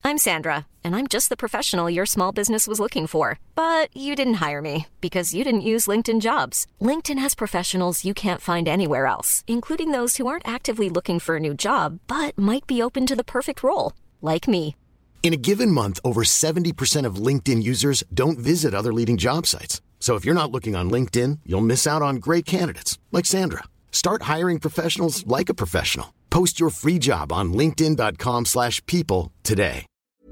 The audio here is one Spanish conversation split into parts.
I'm Sandra, and I'm just the professional your small business was looking for. But you didn't hire me because you didn't use LinkedIn Jobs. LinkedIn has professionals you can't find anywhere else, including those who aren't actively looking for a new job, but might be open to the perfect role, like me. In a given month, over 70% of LinkedIn users don't visit other leading job sites. So if you're not looking on LinkedIn, you'll miss out on great candidates like Sandra. Start hiring professionals like a professional. Post your free job on linkedin.com/people today.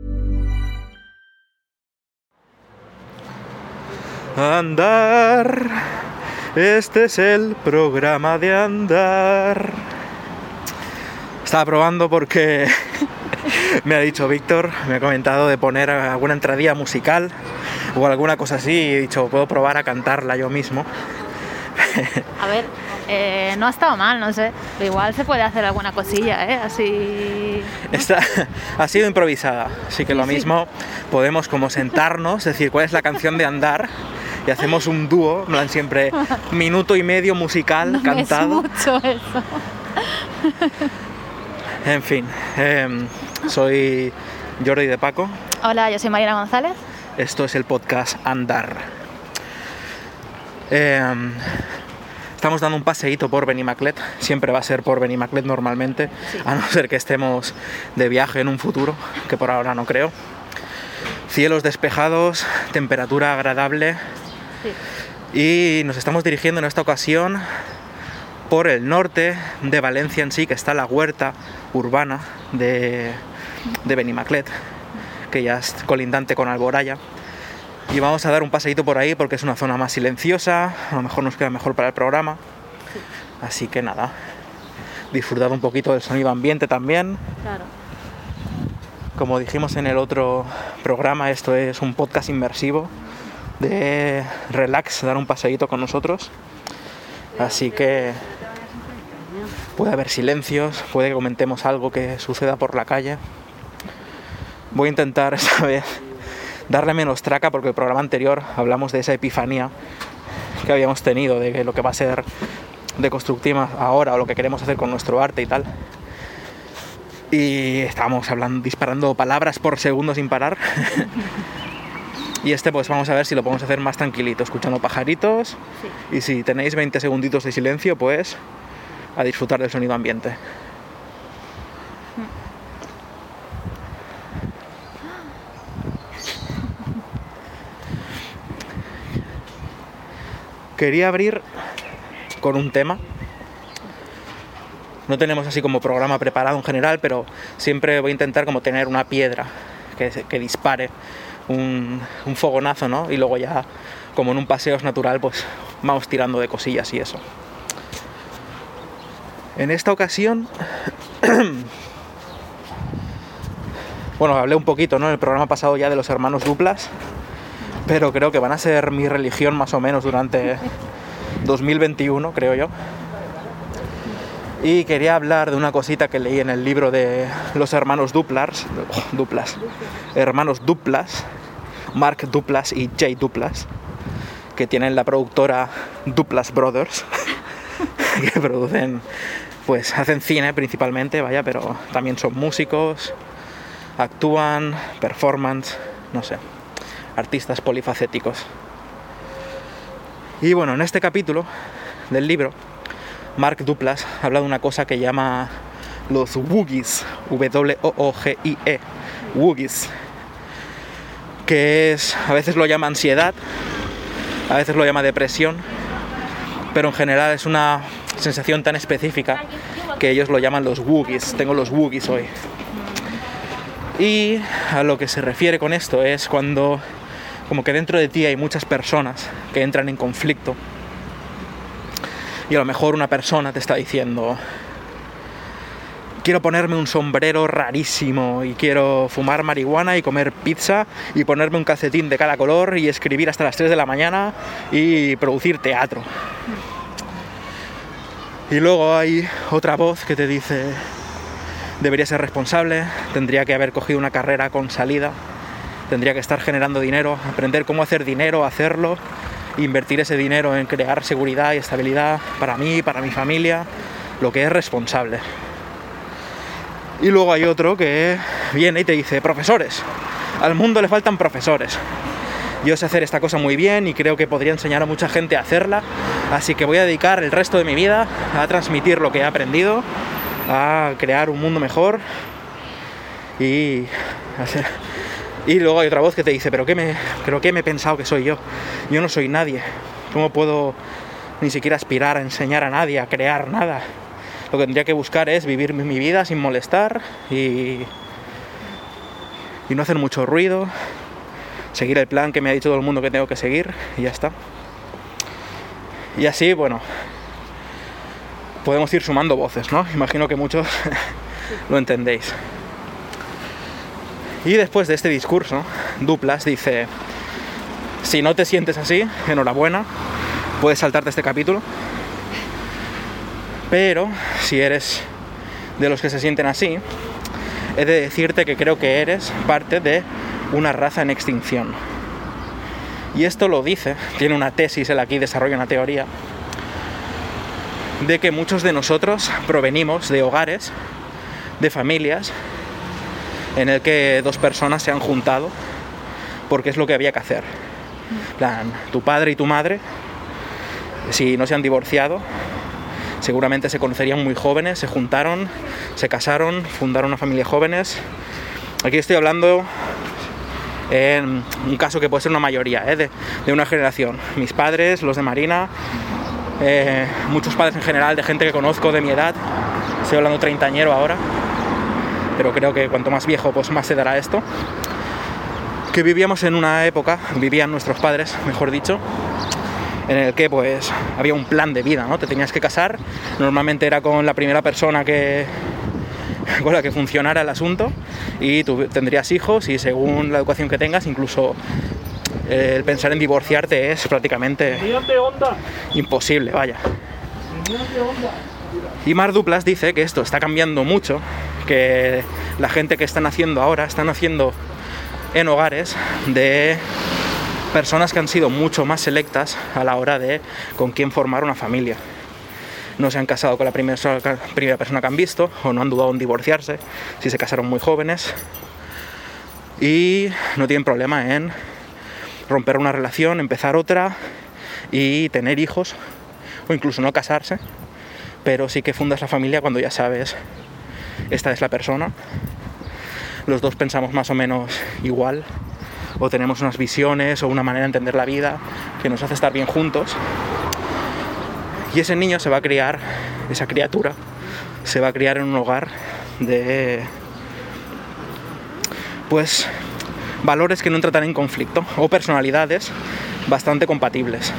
Andar, este es el programa de andar. Estaba probando porque me ha dicho Víctor, me ha comentado de poner alguna entradilla musical o alguna cosa así, y he dicho, puedo probar a cantarla yo mismo. A ver, no ha estado mal, no sé. Igual se puede hacer alguna cosilla, así... Ha sido improvisada, así que lo mismo podemos como sentarnos, decir cuál es la canción de andar, y hacemos un dúo, en plan siempre minuto y medio musical, no cantado. Es mucho eso. En fin, soy Jordi de Paco. Hola, yo soy Mariana González. Esto es el podcast Andar. Estamos dando un paseíto por Benimaclet. Siempre va a ser por Benimaclet normalmente, sí. A no ser que estemos de viaje en un futuro, que por ahora no creo. Cielos despejados, temperatura agradable, sí. Y nos estamos dirigiendo en esta ocasión por el norte de Valencia en sí, que está la huerta urbana de Benimaclet, que ya es colindante con Alboraya. Y vamos a dar un paseíto por ahí porque es una zona más silenciosa, a lo mejor nos queda mejor para el programa. Sí. Así que nada, disfrutad un poquito del sonido ambiente también. Claro. Como dijimos en el otro programa, esto es un podcast inmersivo de relax, dar un paseíto con nosotros. Así que puede haber silencios, puede que comentemos algo que suceda por la calle. Voy a intentar esta vez darle menos traca porque el programa anterior hablamos de esa epifanía que habíamos tenido de lo que va a ser de Constructiva ahora o lo que queremos hacer con nuestro arte y tal. Y estábamos disparando palabras por segundo sin parar. Y pues vamos a ver si lo podemos hacer más tranquilito, escuchando pajaritos. Sí. Y si tenéis 20 segunditos de silencio, pues a disfrutar del sonido ambiente. Quería abrir con un tema. No tenemos así como programa preparado en general, pero siempre voy a intentar como tener una piedra que dispare un fogonazo, ¿no? Y luego ya, como en un paseo natural, pues vamos tirando de cosillas y eso. En esta ocasión, bueno, hablé un poquito, ¿no? En el programa pasado ya de los hermanos Duplas, pero creo que van a ser mi religión más o menos durante 2021, creo yo. Y quería hablar de una cosita que leí en el libro de los hermanos hermanos Duplas, Mark Duplass y Jay Duplass, que tienen la productora Duplass Brothers, que producen, pues hacen cine principalmente, vaya, pero también son músicos, actúan, performance, no sé, artistas polifacéticos. Y bueno, en este capítulo del libro, Mark Duplass habla de una cosa que llama los woogies, W-O-O-G-I-E, woogies, que es, a veces lo llama ansiedad, a veces lo llama depresión, pero en general es una sensación tan específica que ellos lo llaman los woogies. Tengo los woogies hoy. Y a lo que se refiere con esto es cuando como que dentro de ti hay muchas personas que entran en conflicto y a lo mejor una persona te está diciendo: quiero ponerme un sombrero rarísimo y quiero fumar marihuana y comer pizza y ponerme un calcetín de cada color y escribir hasta las 3 de la mañana y producir teatro. Y luego hay otra voz que te dice: debería ser responsable, tendría que haber cogido una carrera con salida, tendría que estar generando dinero, aprender cómo hacer dinero, hacerlo, invertir ese dinero en crear seguridad y estabilidad para mí, para mi familia, lo que es responsable. Y luego hay otro que viene y te dice, profesores, al mundo le faltan profesores. Yo sé hacer esta cosa muy bien y creo que podría enseñar a mucha gente a hacerla, así que voy a dedicar el resto de mi vida a transmitir lo que he aprendido, a crear un mundo mejor. Y luego hay otra voz que te dice, ¿pero qué me he pensado que soy yo? Yo no soy nadie. ¿Cómo puedo ni siquiera aspirar a enseñar a nadie, a crear nada? Lo que tendría que buscar es vivir mi vida sin molestar y no hacer mucho ruido, seguir el plan que me ha dicho todo el mundo que tengo que seguir y ya está. Y así, bueno, podemos ir sumando voces, ¿no? Imagino que muchos lo entendéis. Y después de este discurso, Duplas dice, si no te sientes así, enhorabuena, puedes saltarte este capítulo. Pero si eres de los que se sienten así, he de decirte que creo que eres parte de una raza en extinción. Y esto lo dice, tiene una tesis, él aquí desarrolla una teoría, de que muchos de nosotros provenimos de hogares, de familias, en el que dos personas se han juntado porque es lo que había que hacer. En plan, tu padre y tu madre, si no se han divorciado, seguramente se conocerían muy jóvenes, se juntaron, se casaron, fundaron una familia jóvenes. Aquí estoy hablando en un caso que puede ser una mayoría, de una generación. Mis padres, los de Marina, muchos padres en general de gente que conozco de mi edad, estoy hablando treintañero ahora, pero creo que cuanto más viejo pues más se dará esto, que vivíamos en una época, vivían nuestros padres, mejor dicho, en el que pues había un plan de vida, ¿no? Te tenías que casar, normalmente era con la primera persona con la que funcionara el asunto, y tú tendrías hijos, y según la educación que tengas, incluso el pensar en divorciarte es prácticamente imposible, vaya. Y Marc Duplas dice que esto está cambiando mucho, que la gente que están haciendo ahora, están haciendo en hogares de personas que han sido mucho más selectas a la hora de con quién formar una familia. No se han casado con la primera persona que han visto, o no han dudado en divorciarse si se casaron muy jóvenes, y no tienen problema en romper una relación, empezar otra y tener hijos, o incluso no casarse, pero sí que fundas la familia cuando ya sabes, esta es la persona, los dos pensamos más o menos igual, o tenemos unas visiones o una manera de entender la vida que nos hace estar bien juntos. Y ese niño se va a criar, esa criatura, se va a criar en un hogar de, pues, valores que no entran en conflicto, o personalidades bastante compatibles.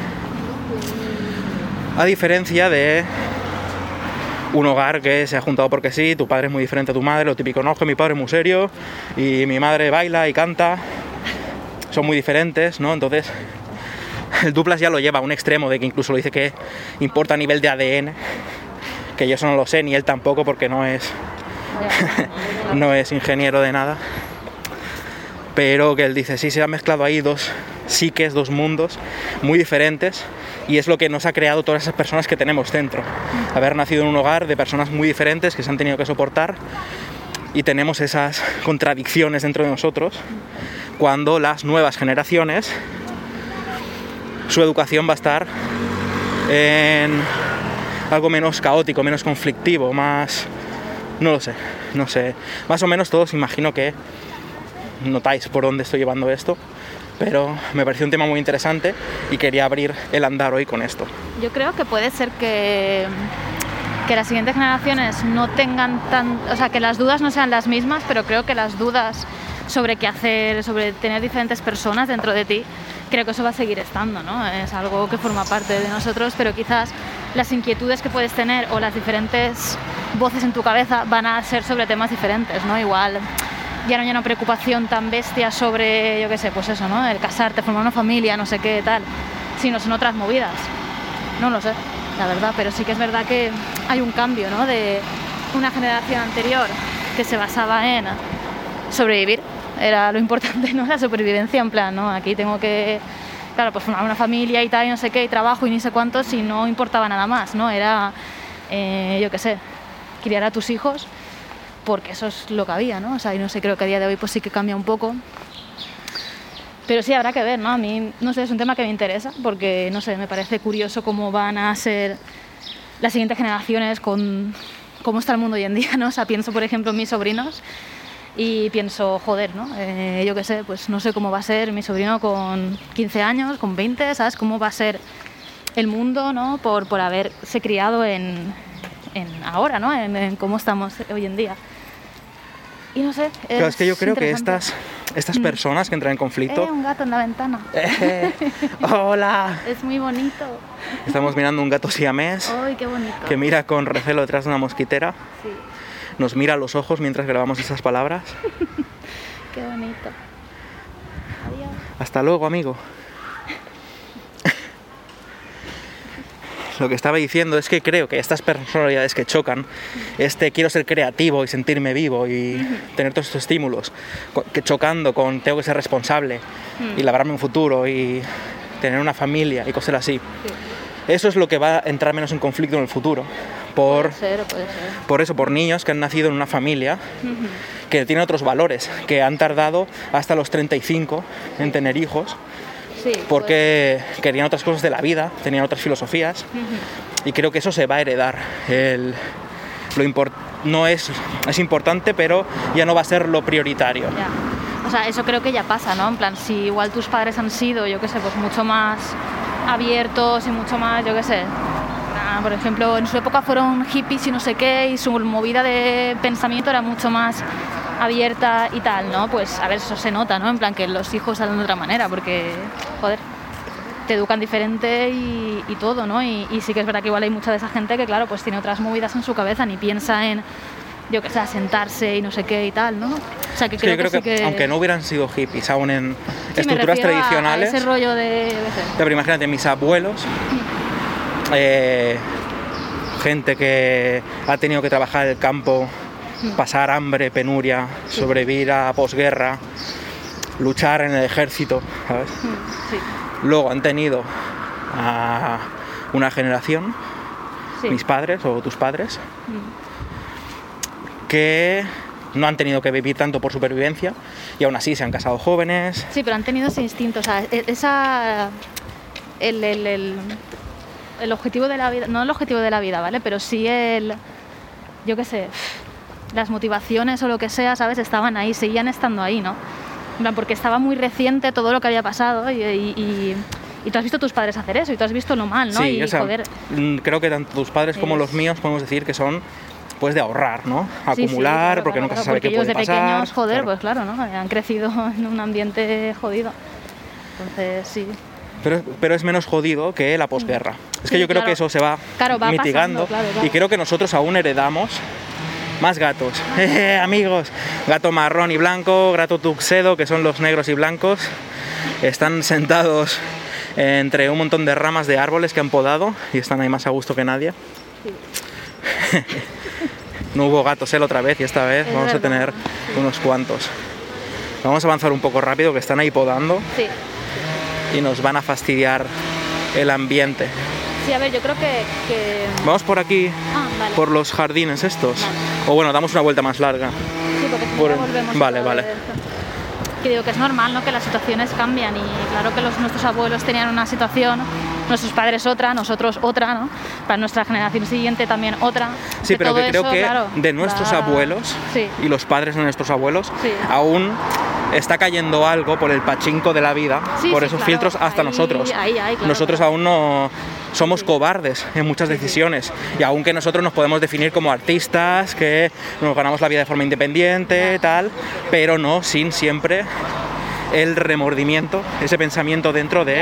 A diferencia de un hogar que se ha juntado porque sí, tu padre es muy diferente a tu madre, lo típico, no, es que mi padre es muy serio y mi madre baila y canta, son muy diferentes, ¿no? Entonces el Duplas ya lo lleva a un extremo de que incluso lo dice que importa a nivel de ADN, que yo eso no lo sé, ni él tampoco, porque no es no es ingeniero de nada, pero que él dice, sí, se han mezclado ahí dos psiques, dos mundos muy diferentes, y es lo que nos ha creado todas esas personas que tenemos dentro, haber nacido en un hogar de personas muy diferentes que se han tenido que soportar, y tenemos esas contradicciones dentro de nosotros, cuando las nuevas generaciones, su educación va a estar en algo menos caótico, menos conflictivo, más, no sé, más o menos todos imagino que notáis por dónde estoy llevando esto, pero me pareció un tema muy interesante y quería abrir el andar hoy con esto. Yo creo que puede ser que las siguientes generaciones no tengan o sea, que las dudas no sean las mismas, pero creo que las dudas sobre qué hacer, sobre tener diferentes personas dentro de ti, creo que eso va a seguir estando, ¿no? Es algo que forma parte de nosotros, pero quizás las inquietudes que puedes tener o las diferentes voces en tu cabeza van a ser sobre temas diferentes, ¿no? Igual ya no hay una preocupación tan bestia sobre, yo qué sé, pues eso, ¿no? El casarte, formar una familia, no sé qué, tal, sino son otras movidas. No lo sé, la verdad, pero sí que es verdad que hay un cambio, ¿no? De una generación anterior que se basaba en sobrevivir, era lo importante, ¿no? La supervivencia, en plan, ¿no? Aquí tengo que, claro, pues formar una familia y tal, y no sé qué, y trabajo y ni sé cuántos, y no importaba nada más, ¿no? Era, yo qué sé, criar a tus hijos porque eso es lo que había, ¿no? O sea, y no sé, creo que a día de hoy pues sí que cambia un poco. Pero sí, habrá que ver, ¿no? A mí, no sé, es un tema que me interesa porque, no sé, me parece curioso cómo van a ser las siguientes generaciones con cómo está el mundo hoy en día, ¿no? O sea, pienso, por ejemplo, en mis sobrinos y pienso, joder, ¿no? Yo qué sé, pues no sé cómo va a ser mi sobrino con 15 años, con 20, ¿sabes? Cómo va a ser el mundo, ¿no? Por haberse criado en ahora, ¿no? En cómo estamos hoy en día. Y no sé, Claro, es que yo creo que estas personas que entran en conflicto... un gato en la ventana. ¡Hola! Es muy bonito. Estamos mirando un gato siamés ¡Ay, qué bonito! que mira con recelo detrás de una mosquitera. Sí, Nos mira a los ojos mientras grabamos esas palabras. qué bonito. Adiós. Hasta luego, amigo. Lo que estaba diciendo es que creo que estas personalidades que chocan, quiero ser creativo y sentirme vivo y tener todos estos estímulos, que chocando con tengo que ser responsable y labrarme un futuro y tener una familia y cosas así. Sí. Eso es lo que va a entrar menos en conflicto en el futuro. Puede ser. Por eso, por niños que han nacido en una familia que tienen otros valores, que han tardado hasta los 35 en tener hijos. Sí, porque querían otras cosas de la vida, tenían otras filosofías y creo que eso se va a heredar. No es importante, pero ya no va a ser lo prioritario. Ya. O sea, eso creo que ya pasa, ¿no? En plan, si igual tus padres han sido, yo qué sé, pues mucho más abiertos y mucho más, yo qué sé. Por ejemplo, en su época fueron hippies y no sé qué, y su movida de pensamiento era mucho más abierta y tal, ¿no? Pues a ver, eso se nota, ¿no? En plan que los hijos salen de otra manera, porque, joder, te educan diferente y todo, ¿no? Y sí que es verdad que igual hay mucha de esa gente que, claro, pues tiene otras movidas en su cabeza, ni piensa en, yo qué sé, sentarse y no sé qué y tal, ¿no? O sea, que creo yo creo que aunque no hubieran sido hippies, aún en estructuras tradicionales... A ese rollo de... Pero imagínate, mis abuelos... gente que ha tenido que trabajar en el campo, pasar hambre, penuria, sobrevivir a posguerra, luchar en el ejército, ¿sabes? Sí. Luego han tenido a una generación, mis padres o tus padres, que no han tenido que vivir tanto por supervivencia y aún así se han casado jóvenes. Sí, pero han tenido ese instinto, o sea, el objetivo de la vida, no el objetivo de la vida, ¿vale? Pero sí yo qué sé, las motivaciones o lo que sea, ¿sabes? Estaban ahí, seguían estando ahí, ¿no? En plan, porque estaba muy reciente todo lo que había pasado y tú has visto a tus padres hacer eso y tú has visto lo mal, ¿no? Sí, y, o sea, joder, creo que tanto tus padres como los míos podemos decir que son pues de ahorrar, ¿no? Acumular, claro, porque nunca se sabe qué puede pasar. Porque ellos de pequeños, joder, pues claro, ¿no? Han crecido en un ambiente jodido. Entonces, sí. Pero es menos jodido que la posguerra. Es que yo creo que eso se va mitigando pasando, claro. Y creo que nosotros aún heredamos más gatos. Amigos, gato marrón y blanco, gato tuxedo, que son los negros y blancos. Están sentados entre un montón de ramas de árboles que han podado y están ahí más a gusto que nadie. Sí. No hubo gatos otra vez y esta vez vamos a tener unos cuantos. Vamos a avanzar un poco rápido, que están ahí podando. Sí. Y nos van a fastidiar el ambiente. Sí, a ver, yo creo que... Vamos por aquí, vale. Por los jardines estos. Vale. O bueno, damos una vuelta más larga. Sí, porque si no volvemos. Vale. Que digo que es normal, ¿no? Que las situaciones cambian y claro que nuestros abuelos tenían una situación, nuestros padres otra, nosotros otra, ¿no? Para nuestra generación siguiente también otra. Sí, pero que creo que claro, de nuestros abuelos y los padres de nuestros abuelos aún está cayendo algo por el pachinko de la vida, por esos filtros hasta nosotros. Claro, nosotros aún no somos cobardes en muchas decisiones y aunque nosotros nos podemos definir como artistas, que nos ganamos la vida de forma independiente, tal, pero no sin siempre el remordimiento, ese pensamiento dentro de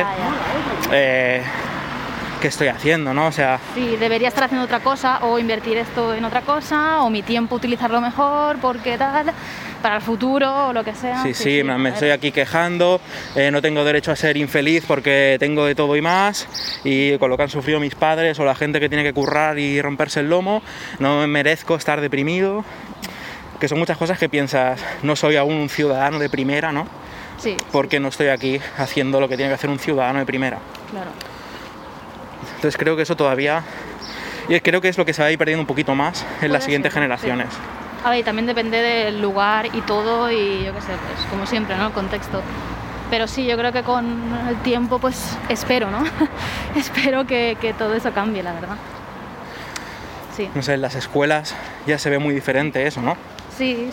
¿qué estoy haciendo, no? O sea... Sí, debería estar haciendo otra cosa o invertir esto en otra cosa o mi tiempo utilizarlo mejor porque tal, para el futuro o lo que sea. Sí, me estoy aquí quejando, no tengo derecho a ser infeliz porque tengo de todo y más y con lo que han sufrido mis padres o la gente que tiene que currar y romperse el lomo, no me merezco estar deprimido, que son muchas cosas que piensas, no soy aún un ciudadano de primera, ¿no? Sí. Porque no estoy aquí haciendo lo que tiene que hacer un ciudadano de primera. Claro. Entonces creo que eso todavía... Y creo que es lo que se va a ir perdiendo un poquito más en las siguientes generaciones. Sí. A ver, también depende del lugar y todo y yo qué sé, pues como siempre, ¿no? El contexto. Pero sí, yo creo que con el tiempo, pues espero, ¿no? Espero que todo eso cambie, la verdad. Sí. No sé, en las escuelas ya se ve muy diferente eso, ¿no? Sí.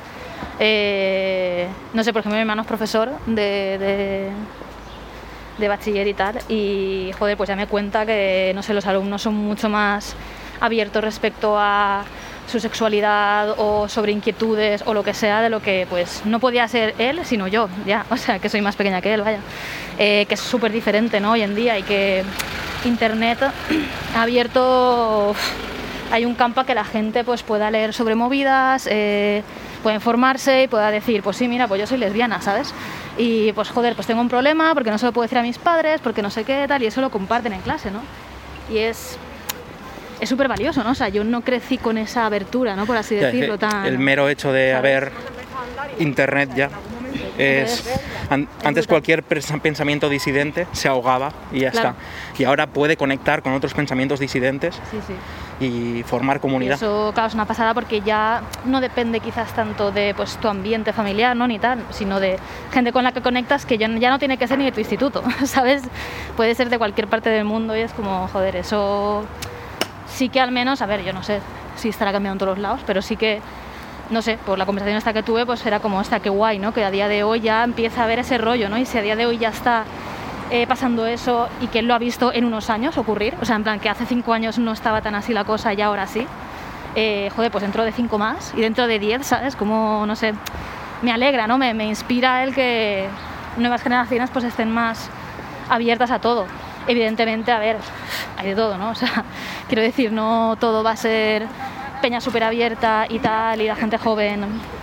No sé, por ejemplo, mi hermano es profesor de bachiller y tal, y joder, pues ya me cuenta que, no sé, los alumnos son mucho más abiertos respecto a su sexualidad o sobre inquietudes o lo que sea, de lo que pues no podía ser él, sino yo, ya, o sea, que soy más pequeña que él, vaya, que es súper diferente, ¿no? Hoy en día, y que Internet ha abierto, hay un campo a que la gente pues pueda leer sobre movidas, pueda informarse y pueda decir, pues sí, mira, pues yo soy lesbiana, ¿sabes? Y pues joder, pues tengo un problema porque no se lo puedo decir a mis padres, porque no sé qué tal, y eso lo comparten en clase, ¿no? Y es súper valioso, ¿no? O sea, yo no crecí con esa abertura, ¿no? Por así decirlo, tan... El mero hecho de ¿sabes? Haber Internet ya es... Antes cualquier pensamiento disidente se ahogaba y ya Claro. está. Y ahora puede conectar con otros pensamientos disidentes Sí. y formar Y comunidad. eso, claro, es una pasada porque ya no depende quizás tanto de pues, tu ambiente familiar, ¿no? Ni tal, sino de gente con la que conectas que ya no tiene que ser ni de tu instituto, ¿sabes? Puede ser de cualquier parte del mundo y es como, joder, eso sí que al menos, a ver, yo no sé si estará cambiando en todos los lados, pero sí que, no sé, por la conversación esta que tuve, pues era como, qué guay, ¿no? Que a día de hoy ya empieza a haber ese rollo, ¿no? Y si a día de hoy ya está pasando eso y que él lo ha visto en unos años ocurrir, o sea, en plan que hace 5 años no estaba tan así la cosa y ahora sí, joder, pues dentro de 5 más y dentro de 10, ¿sabes? Como, no sé, me alegra, ¿no? Me inspira el que nuevas generaciones pues estén más abiertas a todo. Evidentemente, a ver, hay de todo, ¿no? O sea, quiero decir, no todo va a ser peña súper abierta y tal, y la gente joven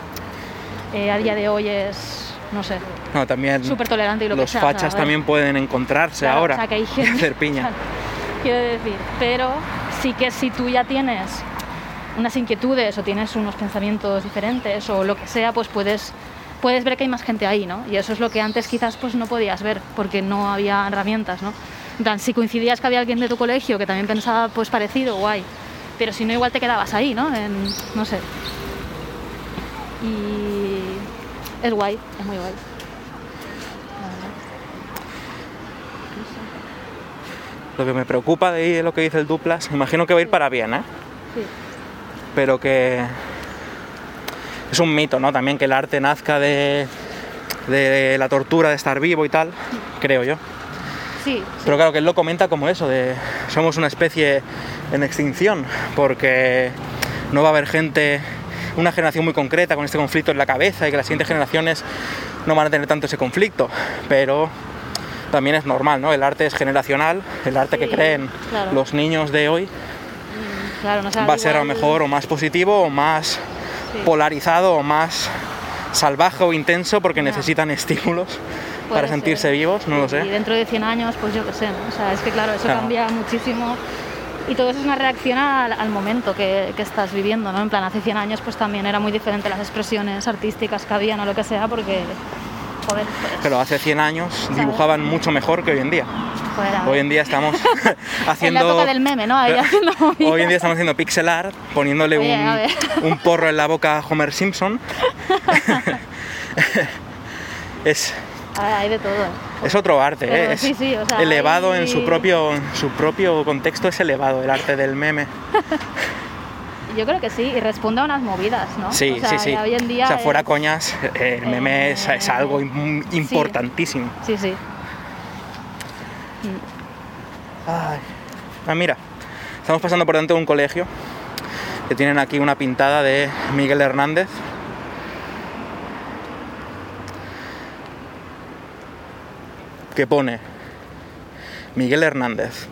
a día de hoy es, no sé, No, también súper tolerante y lo los que sea. fachas o sea, también pueden encontrarse claro, ahora o sea, que hay y gente, hacer piña. o sea, quiero decir, pero sí que si tú ya tienes unas inquietudes o tienes unos pensamientos diferentes o lo que sea, pues puedes ver que hay más gente ahí, ¿no? Y eso es lo que antes quizás pues no podías ver porque no había herramientas, ¿no? En plan, si coincidías que había alguien de tu colegio que también pensaba pues parecido, guay, pero si no igual te quedabas ahí, ¿no? No sé. Y es guay, es muy guay. Lo que me preocupa de lo que dice el Duplas, imagino que va a ir para bien, ¿eh? Sí. Pero que es un mito, ¿no? También que el arte nazca de la tortura de estar vivo y tal, creo yo. Sí. Pero claro, que él lo comenta como eso, de somos una especie en extinción, porque no va a haber gente, una generación muy concreta con este conflicto en la cabeza y que las siguientes generaciones no van a tener tanto ese conflicto, pero también es normal, ¿no? El arte es generacional, el arte que creen claro. los niños de hoy Claro, no va a ser a lo mejor o más positivo o más polarizado o más salvaje o intenso porque necesitan estímulos para sentirse vivos, no lo sé. Y dentro de 100 años, pues yo qué sé, ¿no? O sea, es que claro, eso cambia muchísimo y todo eso es una reacción al momento que estás viviendo, ¿no? En plan, hace 100 años pues también era muy diferente las expresiones artísticas que habían o lo que sea porque, joder, pues... Pero hace 100 años dibujaban mucho mejor que hoy en día. Hoy en día estamos haciendo... En la época del meme, ¿no? Ahí haciendo movidas. Hoy en día estamos haciendo pixel art, poniéndole un porro en la boca a Homer Simpson. Hay de todo. Es otro arte, pero, es sí, o sea, elevado hay... en su propio contexto, es elevado el arte del meme. Yo creo que sí, y responde a unas movidas, ¿no? Sí, o sea, sí. Hoy en día fuera coñas, el meme es algo importantísimo. Sí. Ay. Mira, estamos pasando por delante de un colegio que tienen aquí una pintada de Miguel Hernández. Que pone Miguel Hernández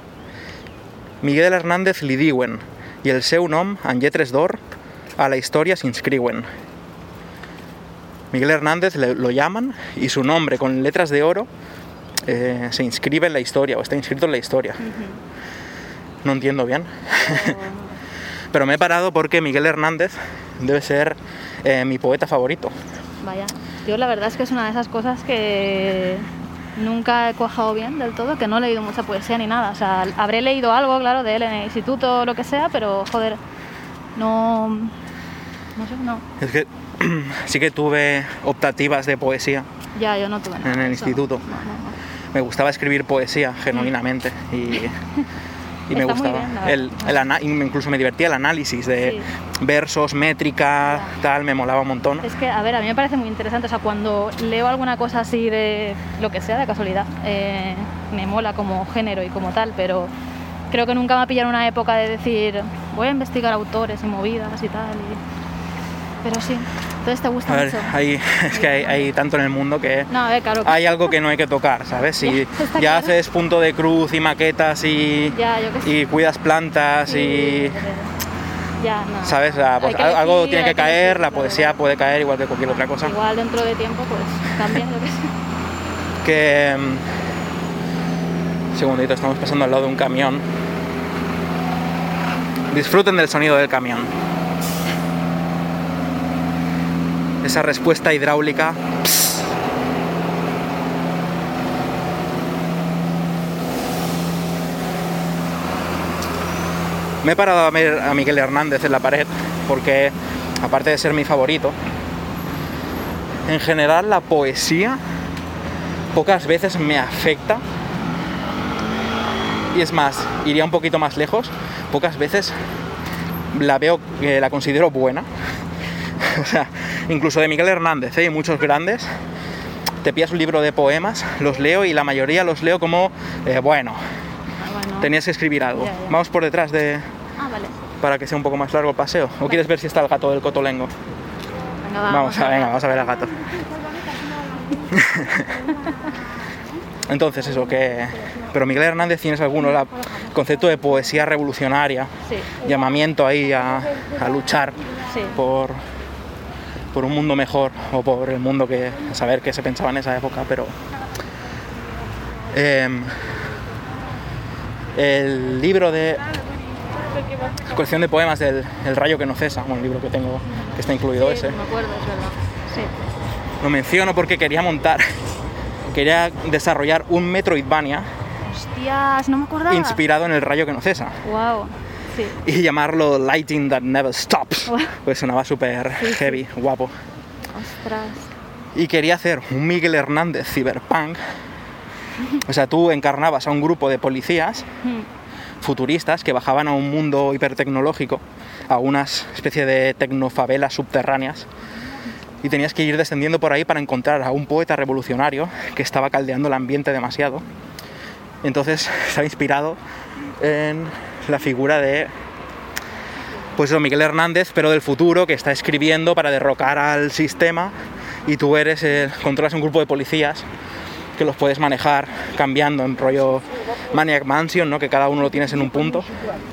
li diuen i el seu nom en lletres d'or a la historia s'inscriuen. Miguel Hernández lo llaman y su nombre con letras de oro se inscribe en la historia o está inscrito en la historia. No entiendo bien. Pero me he parado porque Miguel Hernández debe ser mi poeta favorito. Vaya, yo la verdad es que es una de esas cosas que nunca he cuajado bien del todo, que no he leído mucha poesía ni nada. O sea, habré leído algo, claro, de él en el instituto o lo que sea, pero joder, no no sé, no. Es que sí que tuve optativas de poesía Ya, yo no tuve nada en de el eso. instituto. No. Me gustaba escribir poesía genuinamente y me Está muy gustaba. bien, la verdad. Incluso me divertía el análisis de versos, métrica, tal, me molaba un montón. Es que, a ver, a mí me parece muy interesante, o sea, cuando leo alguna cosa así de lo que sea, de casualidad, me mola como género y como tal, pero creo que nunca me ha pillado una época de decir, voy a investigar autores y movidas y tal, pero sí. Entonces te gusta A ver, mucho. es que hay tanto en el mundo que No, a ver, claro. hay algo que no hay que tocar, ¿sabes? Si está ya claro. haces punto de cruz y maquetas Ya, yo qué sé. y cuidas plantas y... Ya, no. ¿Sabes? Pues, Hay que algo elegir, tiene que hay caer, elegir, la claro. poesía puede caer igual que cualquier otra cosa. Igual dentro de tiempo, pues cambia, yo qué sé. Que... segundito, estamos pasando al lado de un camión. Disfruten del sonido del camión. Esa respuesta hidráulica. Psst. Me he parado a ver a Miguel Hernández en la pared porque, aparte de ser mi favorito, en general la poesía pocas veces me afecta. Y es más, iría un poquito más lejos, pocas veces la considero buena. O sea, incluso de Miguel Hernández, y muchos grandes, te pillas un libro de poemas, los leo y la mayoría los leo como, bueno, tenías que escribir algo. Ya. Vamos por detrás Vale. para que sea un poco más largo el paseo. ¿O quieres ver si está el gato del Cotolengo? Venga, Vamos a ver al gato. Entonces eso, pero Miguel Hernández tienes alguno, el concepto de poesía revolucionaria, Sí. llamamiento ahí a luchar Sí. por un mundo mejor, o por el mundo a saber qué se pensaba en esa época, pero el libro de colección de poemas del El rayo que no cesa, un libro que tengo que está incluido Sí, ese, me acuerdo, es verdad. Sí. lo menciono porque quería desarrollar un Metroidvania Hostias, no me acordaba. inspirado en El rayo que no cesa Wow. Sí. y llamarlo Lighting That Never Stops, pues sonaba súper Sí. heavy, guapo. Ostras. Y quería hacer un Miguel Hernández cyberpunk. O sea, tú encarnabas a un grupo de policías futuristas que bajaban a un mundo hipertecnológico, a unas especie de tecnofavelas subterráneas, y tenías que ir descendiendo por ahí para encontrar a un poeta revolucionario que estaba caldeando el ambiente demasiado. Entonces estaba inspirado en la figura de, pues eso, Miguel Hernández, pero del futuro, que está escribiendo para derrocar al sistema, y tú controlas un grupo de policías que los puedes manejar cambiando en rollo Maniac Mansion, ¿no? Que cada uno lo tienes en un punto.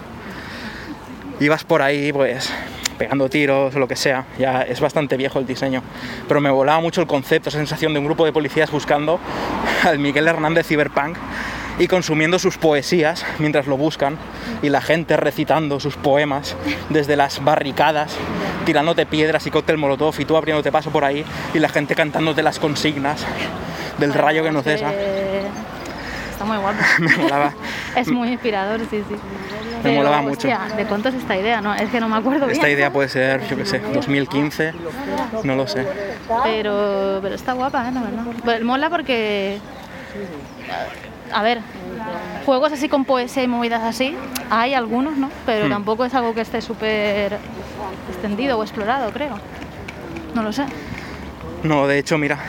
Y vas por ahí, pues, pegando tiros o lo que sea. Ya es bastante viejo el diseño, pero me volaba mucho el concepto, esa sensación de un grupo de policías buscando al Miguel Hernández cyberpunk y consumiendo sus poesías mientras lo buscan, y la gente recitando sus poemas desde las barricadas, tirándote piedras y cóctel molotov, y tú abriéndote paso por ahí y la gente cantándote las consignas del rayo que no cesa. Está muy guapo. Me molaba. Es muy inspirador, sí. Me molaba mucho. Hostia, ¿de cuánto es esta idea? No, es que no me acuerdo bien. Esta idea puede ser, yo qué sé, 2015, no lo sé. Pero está guapa, la verdad. Pero mola porque... A ver, juegos así con poesía y movidas así, hay algunos, ¿no? Pero tampoco es algo que esté súper extendido o explorado, creo. No lo sé. No, de hecho, mira,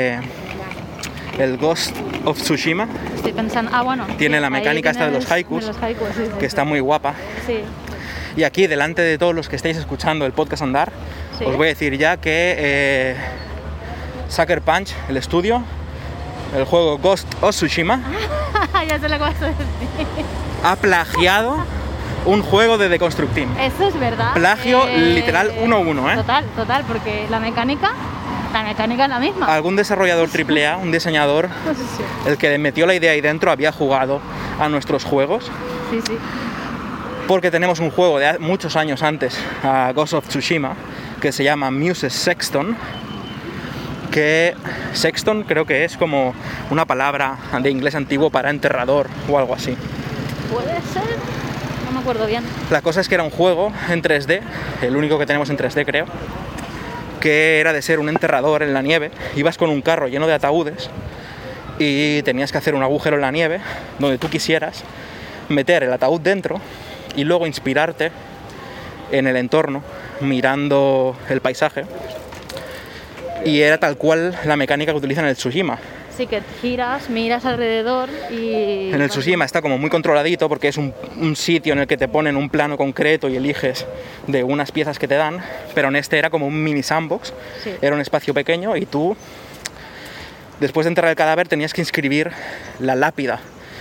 el Ghost of Tsushima Estoy pensando... bueno. tiene sí, la ahí mecánica esta de los tienes- haikus, de los haikus, sí, que está muy guapa. Sí. Y aquí, delante de todos los que estáis escuchando el podcast andar, ¿Sí? os voy a decir ya que Sucker Punch, el estudio, el juego Ghost of Tsushima, Ya sé lo que vas a decir. ha plagiado un juego de The Construct Team. Eso es verdad. Plagio literal 1-1, ¿eh? Total, porque la mecánica es la misma. Algún desarrollador AAA, un diseñador, el que le metió la idea ahí dentro, había jugado a nuestros juegos. Sí. Porque tenemos un juego de muchos años antes, a Ghost of Tsushima, que se llama Muse's Sexton, que sexton creo que es como una palabra de inglés antiguo para enterrador o algo así. Puede ser. No no me acuerdo bien. La cosa es que era un juego en 3D, el único que tenemos en 3D creo, que era de ser un enterrador en la nieve. Ibas con un carro lleno de ataúdes y tenías que hacer un agujero en la nieve donde tú quisieras, meter el ataúd dentro y luego inspirarte en el entorno mirando el paisaje. Y era tal cual la mecánica que utilizan en el Tsushima. Sí, que giras, miras alrededor y... En el Tsushima está como muy controladito porque es un sitio en el que te ponen un plano concreto y eliges de unas piezas que te dan, pero en este era como un mini sandbox, Sí. era un espacio pequeño y tú, después de enterrar el cadáver, tenías que inscribir la lápida,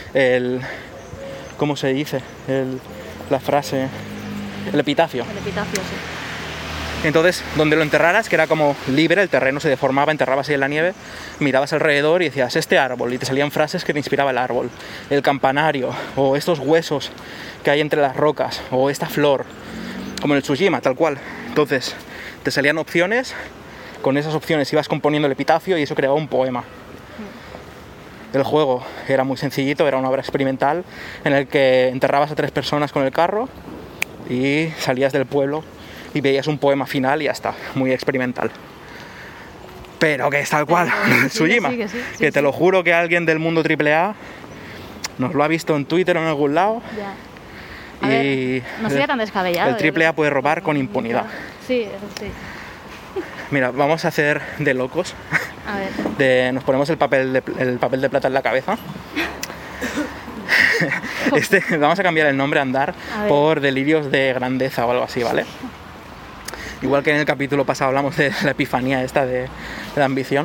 ¿cómo se dice? La frase, el epitafio. El epitafio, sí. Entonces, donde lo enterraras, que era como libre, el terreno se deformaba, enterrabas ahí en la nieve, mirabas alrededor y decías, este árbol, y te salían frases que te inspiraba el árbol, el campanario, o estos huesos que hay entre las rocas, o esta flor, como en el Tsushima, tal cual. Entonces, te salían opciones, con esas opciones ibas componiendo el epitafio y eso creaba un poema. El juego era muy sencillito, era una obra experimental en el que enterrabas a 3 personas con el carro y salías del pueblo y veías un poema final y ya está, muy experimental. Pero que es tal cual, Tsushima, que te lo juro que alguien del mundo AAA nos lo ha visto en Twitter o en algún lado. Ya. A Y ver, no sería tan descabellado. el AAA puede robar con impunidad. Sí, eso sí. Mira, vamos a hacer de locos. A ver. Nos ponemos el papel de plata en la cabeza. Vamos a cambiar el nombre Andar por delirios de grandeza o algo así, ¿vale? Igual que en el capítulo pasado hablamos de la epifanía esta de la ambición.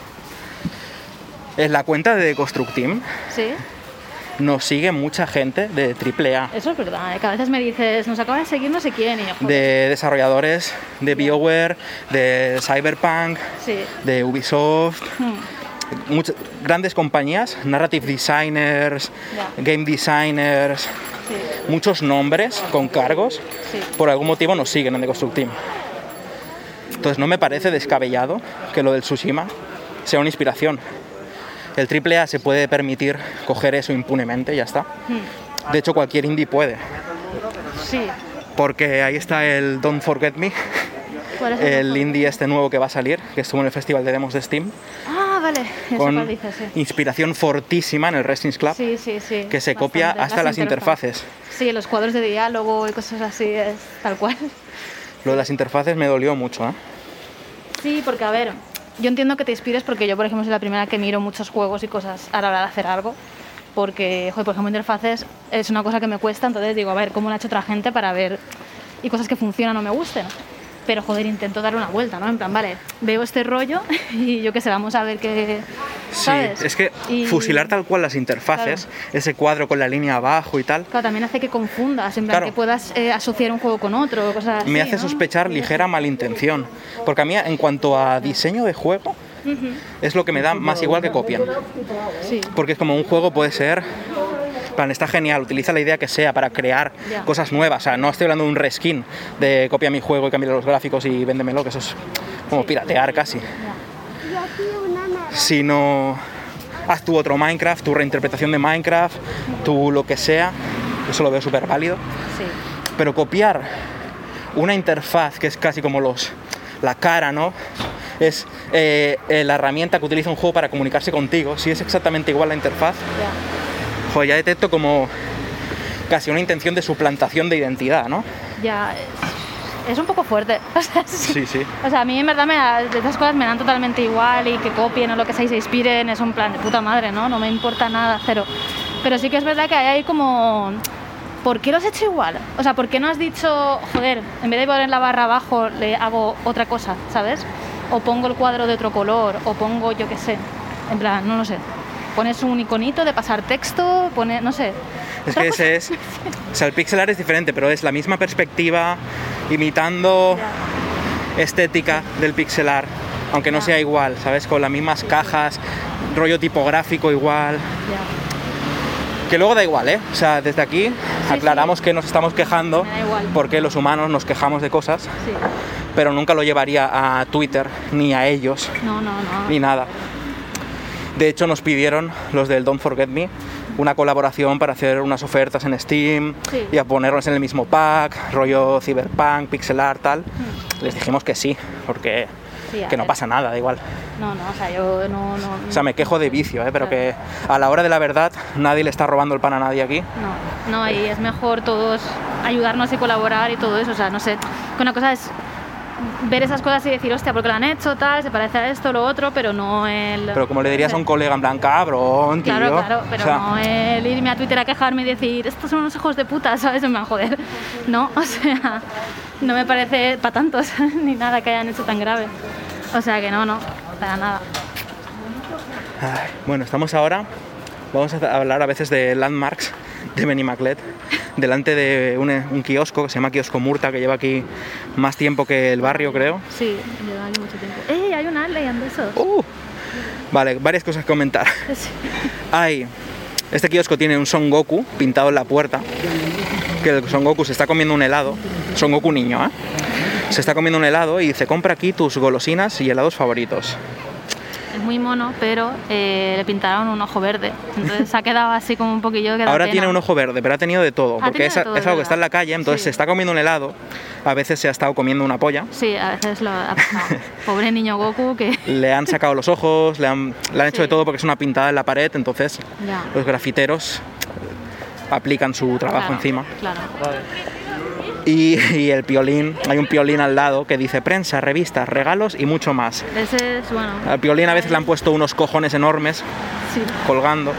En la cuenta de Construct Team Sí, nos sigue mucha gente de AAA, eso es verdad. Que a veces me dices, nos acaba de seguir no sé quién y yo, joder. de desarrolladores de BioWare, de Cyberpunk, Sí. de Ubisoft, muchas grandes compañías, narrative designers, Ya. game designers, Sí. muchos nombres con cargos, Sí. por algún motivo nos siguen en The Construct Team. Entonces no me parece descabellado que lo del Tsushima sea una inspiración. El AAA se puede permitir coger eso impunemente, ya está. De hecho, cualquier indie puede. Sí. Porque ahí está el Don't Forget Me, ¿Cuál es el indie este nuevo que va a salir, que estuvo en el Festival de Demos de Steam, Ah, vale. Eso con cuál dices, sí. inspiración fortísima en el Wrestling's Club, Sí, sí, sí. que se copia Bastante. hasta las interfaces. Sí, los cuadros de diálogo y cosas así, es tal cual. Lo de las interfaces me dolió mucho, ¿eh? Sí, porque a ver, yo entiendo que te inspires porque yo, por ejemplo, soy la primera que miro muchos juegos y cosas a la hora de hacer algo. Porque, joder, por ejemplo, interfaces es una cosa que me cuesta, entonces digo, a ver, ¿cómo lo ha hecho otra gente para ver y cosas que funcionan o me gusten? Pero, joder, intento darle una vuelta, ¿no? En plan, vale, veo este rollo y yo qué sé, vamos a ver qué... Sí, ¿sabes? es que Y- fusilar tal cual las interfaces, Claro. ese cuadro con la línea abajo y tal, Claro, también hace que confundas, en plan, Claro. que puedas asociar un juego con otro, cosas así, me hace ¿no? sospechar ligera malintención. Porque a mí, en cuanto a diseño de juego, es lo que me da más igual que copian. Sí, Porque es como un juego puede ser... en plan, está genial, utiliza la idea que sea para crear Ya. cosas nuevas. O sea, no estoy hablando de un reskin, de copia mi juego y cambia los gráficos y véndemelo, que eso es como piratear casi. Sino haz tu otro Minecraft, tu reinterpretación de Minecraft, tu lo que sea, eso lo veo súper válido. sí. Pero copiar una interfaz que es casi como la cara, ¿no? Es la herramienta que utiliza un juego para comunicarse contigo. Si es exactamente igual la interfaz, Ya. joder, ya detecto como casi una intención de suplantación de identidad, ¿no? Ya, es un poco fuerte. O sea, Sí, sí. O sea, a mí en verdad de esas cosas me dan totalmente igual y que copien o lo que sea y se inspiren, es un plan de puta madre, ¿no? No me importa nada, cero. Pero sí que es verdad que hay como... ¿Por qué lo has hecho igual? O sea, ¿por qué no has dicho, joder, en vez de poner la barra abajo le hago otra cosa, ¿sabes? O pongo el cuadro de otro color, o pongo yo qué sé, en plan, no lo sé. Pones un iconito de pasar texto, no sé. Es que ese es... O sea, el pixel art es diferente, pero es la misma perspectiva, imitando estética del pixel art, aunque no Ya. sea igual, ¿sabes? Con las mismas cajas, rollo tipográfico igual. Ya. Que luego da igual, ¿eh? O sea, desde aquí aclaramos que nos estamos quejando Me da igual. porque los humanos nos quejamos de cosas, Sí. pero nunca lo llevaría a Twitter, ni a ellos, No. ni nada. De hecho, nos pidieron, los del Don't Forget Me, una colaboración para hacer unas ofertas en Steam y a ponerlos en el mismo pack, rollo Cyberpunk, pixel art, tal. Les dijimos que sí, porque que no pasa nada, da igual. No, o sea, yo no... O sea, me quejo de vicio, pero claro, que a la hora de la verdad nadie le está robando el pan a nadie aquí. No, y es mejor todos ayudarnos y colaborar y todo eso, o sea, no sé, que una cosa es ver esas cosas y decir, hostia, porque lo han hecho, tal, se parece a esto, lo otro, pero no el... Pero como le dirías a un colega en plan, cabrón, tío. Claro, pero o sea, no el irme a Twitter a quejarme y decir, estos son unos hijos de puta, ¿sabes? En plan, joder, no, o sea, no me parece para tantos, ni nada que hayan hecho tan grave. O sea que no, para nada. Ay, bueno, estamos ahora, vamos a hablar a veces de landmarks de Benimaclet, delante de un kiosco que se llama Kiosco Murta, que lleva aquí más tiempo que el barrio, creo. Sí, lleva aquí mucho tiempo. Hay un Alien de esos. Vale, varias cosas que comentar. Sí. Este kiosco tiene un Son Goku pintado en la puerta, que el Son Goku se está comiendo un helado, Son Goku niño, se está comiendo un helado y dice, compra aquí tus golosinas y helados favoritos. Es muy mono, pero le pintaron un ojo verde, entonces se ha quedado así como un poquillo que da Ahora pena. Tiene un ojo verde, pero ha tenido de todo, porque es algo que está en la calle, entonces se está comiendo un helado, a veces se ha estado comiendo una polla. Sí, a veces lo ha pasado. Pobre niño Goku que... Le han sacado los ojos, le han hecho de todo porque es una pintada en la pared, entonces los grafiteros aplican su trabajo encima. Claro. Y el piolín, hay un piolín al lado que dice prensa, revistas, regalos y mucho más. Ese es, bueno... Al piolín a veces le han puesto unos cojones enormes colgando.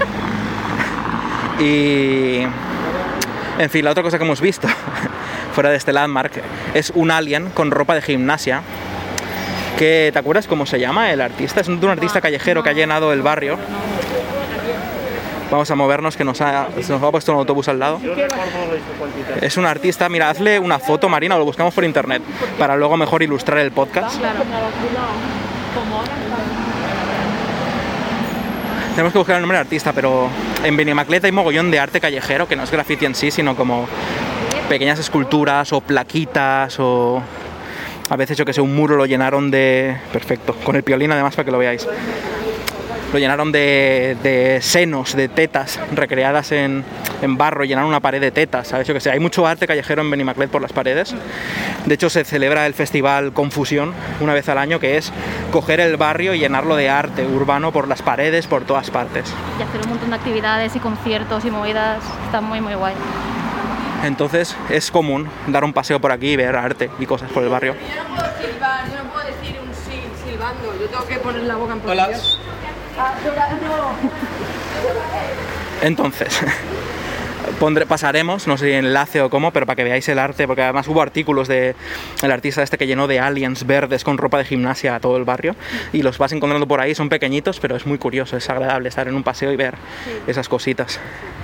Y... En fin, la otra cosa que hemos visto fuera de este landmark es un alien con ropa de gimnasia. Que, ¿te acuerdas cómo se llama el artista? Es un artista callejero que ha llenado el barrio. Vamos a movernos, que se nos ha puesto un autobús al lado. Es un artista, mira, hazle una foto, Marina, o lo buscamos por internet, para luego mejor ilustrar el podcast. Tenemos que buscar el nombre del artista, pero en Benimaclet hay mogollón de arte callejero, que no es graffiti en sí, sino como pequeñas esculturas o plaquitas, o a veces, yo que sé, un muro lo llenaron de... Perfecto, con el piolín además para que lo veáis. Lo llenaron de senos, de tetas recreadas en barro, llenaron una pared de tetas, ¿sabes? Yo que sé, hay mucho arte callejero en Benimaclet por las paredes. De hecho, se celebra el festival Confusión una vez al año, que es coger el barrio y llenarlo de arte urbano por las paredes, por todas partes. Y hacer un montón de actividades y conciertos y movidas, está muy muy guay. Entonces es común dar un paseo por aquí y ver arte y cosas por el barrio. Yo no puedo silbar, yo no puedo decir un sí silbando, yo tengo que poner la boca en posición. Entonces, pasaremos, no sé si enlace o cómo, pero para que veáis el arte, porque además hubo artículos del artista este que llenó de aliens verdes con ropa de gimnasia a todo el barrio, y los vas encontrando por ahí, son pequeñitos, pero es muy curioso, es agradable estar en un paseo y ver esas cositas.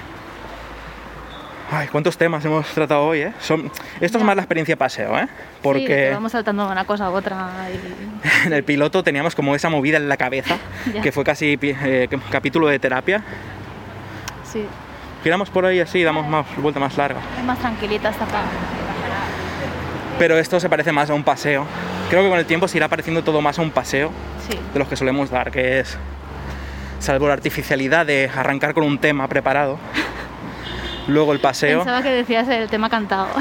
Ay, cuántos temas hemos tratado hoy, ¿eh? Esto es más la experiencia paseo, ¿eh? Porque sí, vamos saltando de una cosa a otra. Y... En el piloto teníamos como esa movida en la cabeza, que fue casi capítulo de terapia. Sí. Giramos por ahí así y damos vuelta más larga. Es más tranquilita esta parte. Pero esto se parece más a un paseo. Creo que con el tiempo se irá pareciendo todo más a un paseo de los que solemos dar, que es, salvo la artificialidad de arrancar con un tema preparado, luego el paseo... Pensaba que decías el tema cantado.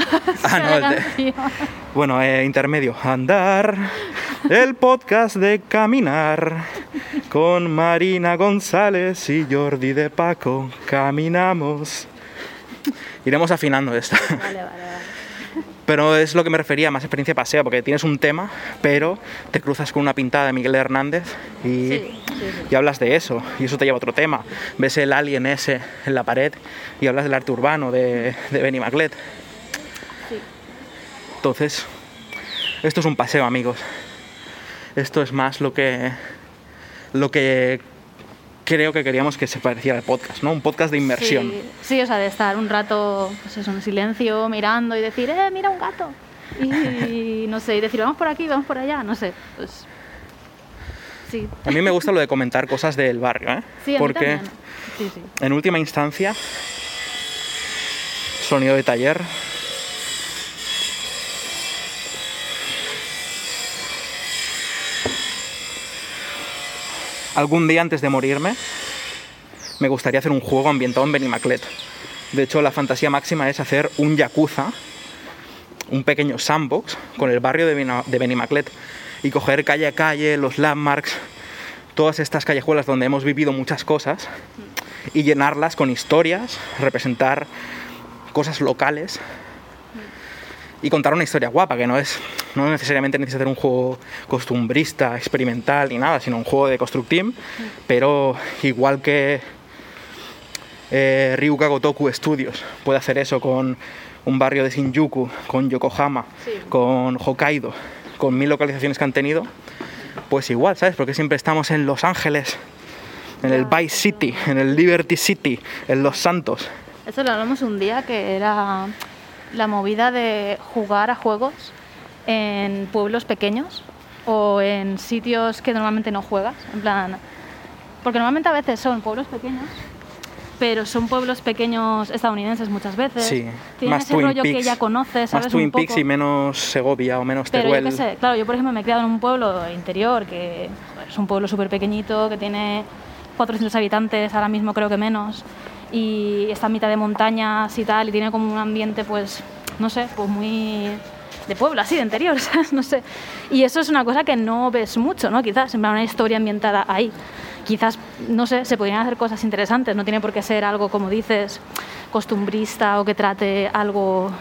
Bueno, intermedio. Andar, el podcast de Caminar, con Marina González y Jordi de Paco. Caminamos. Iremos afinando esto. Vale. Pero es lo que me refería, más experiencia paseo, porque tienes un tema, pero te cruzas con una pintada de Miguel Hernández y hablas de eso, y eso te lleva a otro tema. Ves el alien ese en la pared y hablas del arte urbano de Benimaclet. Entonces, esto es un paseo, amigos. Esto es más lo que creo que queríamos que se pareciera al podcast, ¿no? Un podcast de inmersión. Sí, o sea, de estar un rato, pues eso, en silencio, mirando y decir, mira un gato. Y no sé, y decir, vamos por aquí, vamos por allá, no sé, pues... Sí. A mí me gusta lo de comentar cosas del barrio, ¿eh? Sí, a porque mí también. Sí. En última instancia, sonido de taller. Algún día antes de morirme me gustaría hacer un juego ambientado en Benimaclet. De hecho, la fantasía máxima es hacer un Yakuza, un pequeño sandbox con el barrio de Benimaclet y coger calle a calle, los landmarks, todas estas callejuelas donde hemos vivido muchas cosas y llenarlas con historias, representar cosas locales y contar una historia guapa, que no necesariamente necesita ser un juego costumbrista, experimental ni nada, sino un juego de Construct Team, pero igual que Ryuga Gotoku Studios puede hacer eso con un barrio de Shinjuku, con Yokohama, con Hokkaido, con 1000 localizaciones que han tenido, pues igual, ¿sabes? Porque siempre estamos en Los Ángeles, en el Vice City, en el Liberty City, en Los Santos. Eso lo hablamos un día, que era la movida de jugar a juegos en pueblos pequeños o en sitios que normalmente no juegas, en plan, porque normalmente a veces son pueblos pequeños, pero son pueblos pequeños estadounidenses muchas veces. Sí, tienen más ese Twin rollo Peaks, que ya conoces, ¿sabes? más Twin un poco. Peaks y menos Segovia o menos Pero Teruel. yo qué sé, claro, yo por ejemplo me he criado en un pueblo interior que es un pueblo súper pequeñito, que tiene 400 habitantes, ahora mismo creo que menos, y está en mitad de montañas y tal, y tiene como un ambiente, pues, no sé, pues muy de pueblo, así, de interior, ¿sabes? No sé. Y eso es una cosa que no ves mucho, ¿no? Quizás, en plan, una historia ambientada ahí. Quizás, no sé, se podrían hacer cosas interesantes, no tiene por qué ser algo, como dices, costumbrista o que trate algo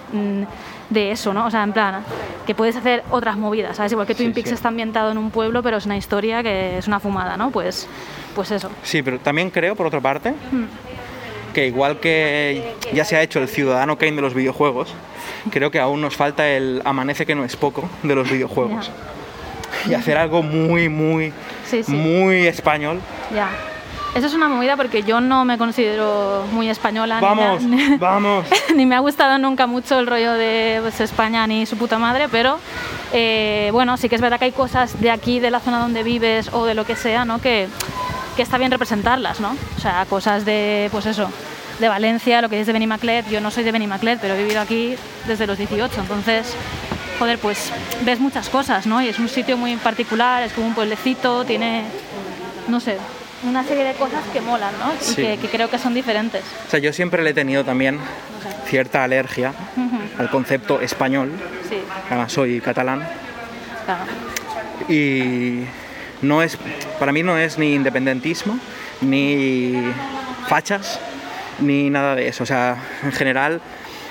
de eso, ¿no? O sea, en plan, que puedes hacer otras movidas, ¿sabes? Igual que Twin Peaks está ambientado en un pueblo, pero es una historia que es una fumada, ¿no? Pues eso. Sí, pero también creo, por otra parte, que igual que ya se ha hecho el Ciudadano Kane de los videojuegos, creo que aún nos falta el Amanece que no es poco de los videojuegos. Y hacer algo muy, muy, muy español. Ya. Eso es una movida porque yo no me considero muy española. Vamos, vamos. Ni me ha gustado nunca mucho el rollo de pues, España ni su puta madre, pero bueno, sí que es verdad que hay cosas de aquí, de la zona donde vives o de lo que sea, ¿no? Que está bien representarlas, ¿no? O sea, cosas de, pues eso, de Valencia, lo que es de Benimaclet. Yo no soy de Benimaclet, pero he vivido aquí desde los 18, entonces, joder, pues ves muchas cosas, ¿no? Y es un sitio muy particular, es como un pueblecito, tiene, no sé, una serie de cosas que molan, ¿no? Y que creo que son diferentes. O sea, yo siempre le he tenido también cierta alergia al concepto español. Sí. Además, soy catalán. Claro. Y no es, para mí no es ni independentismo, ni fachas, ni nada de eso. O sea, en general,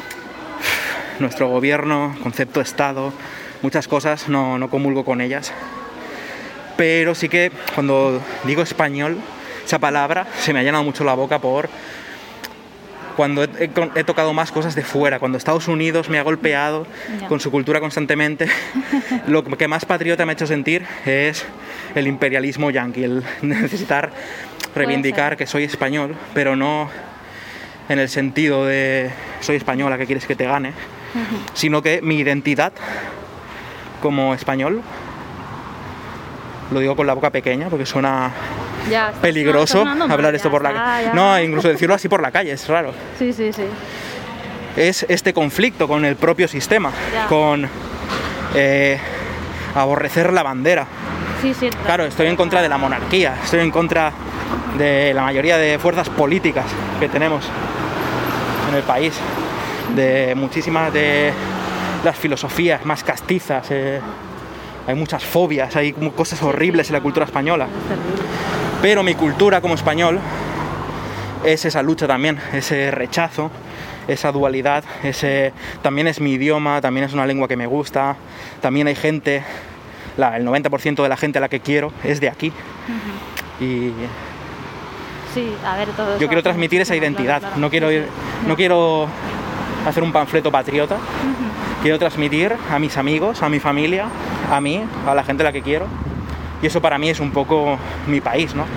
nuestro gobierno, concepto Estado, muchas cosas no comulgo con ellas. Pero sí que cuando digo español, esa palabra se me ha llenado mucho la boca por cuando he tocado más cosas de fuera, cuando Estados Unidos me ha golpeado con su cultura constantemente. Lo que más patriota me ha hecho sentir es el imperialismo yanqui, el necesitar reivindicar que soy español, pero no en el sentido de soy española, ¿qué quieres que te gane? Sino que mi identidad como español, lo digo con la boca pequeña porque suena peligroso hablar esto por la calle. No, incluso decirlo así por la calle, es raro. Sí. Es este conflicto con el propio sistema, con aborrecer la bandera. Sí. Claro, estoy en contra de la monarquía, estoy en contra de la mayoría de fuerzas políticas que tenemos en el país, de muchísimas de las filosofías más castizas. Hay muchas fobias, hay cosas horribles en la cultura española. Pero mi cultura como español es esa lucha también, ese rechazo, esa dualidad, también es mi idioma, también es una lengua que me gusta, también hay gente, el 90% de la gente a la que quiero es de aquí. Y sí, a ver, todo yo quiero transmitir esa identidad, claro. No quiero hacer un panfleto patriota. Quiero transmitir a mis amigos, a mi familia, a mí, a la gente a la que quiero. Y eso para mí es un poco mi país, ¿no?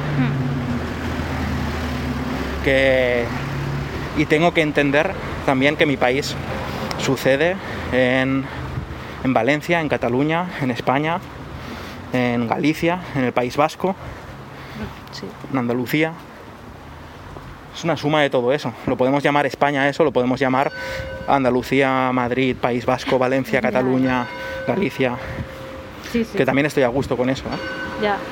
Y tengo que entender también que mi país sucede en Valencia, en Cataluña, en España, en Galicia, en el País Vasco, en Andalucía. Es una suma de todo eso. Lo podemos llamar España eso, lo podemos llamar Andalucía, Madrid, País Vasco, Valencia, Cataluña, Galicia. Sí. Que también estoy a gusto con eso, ¿eh? Ya.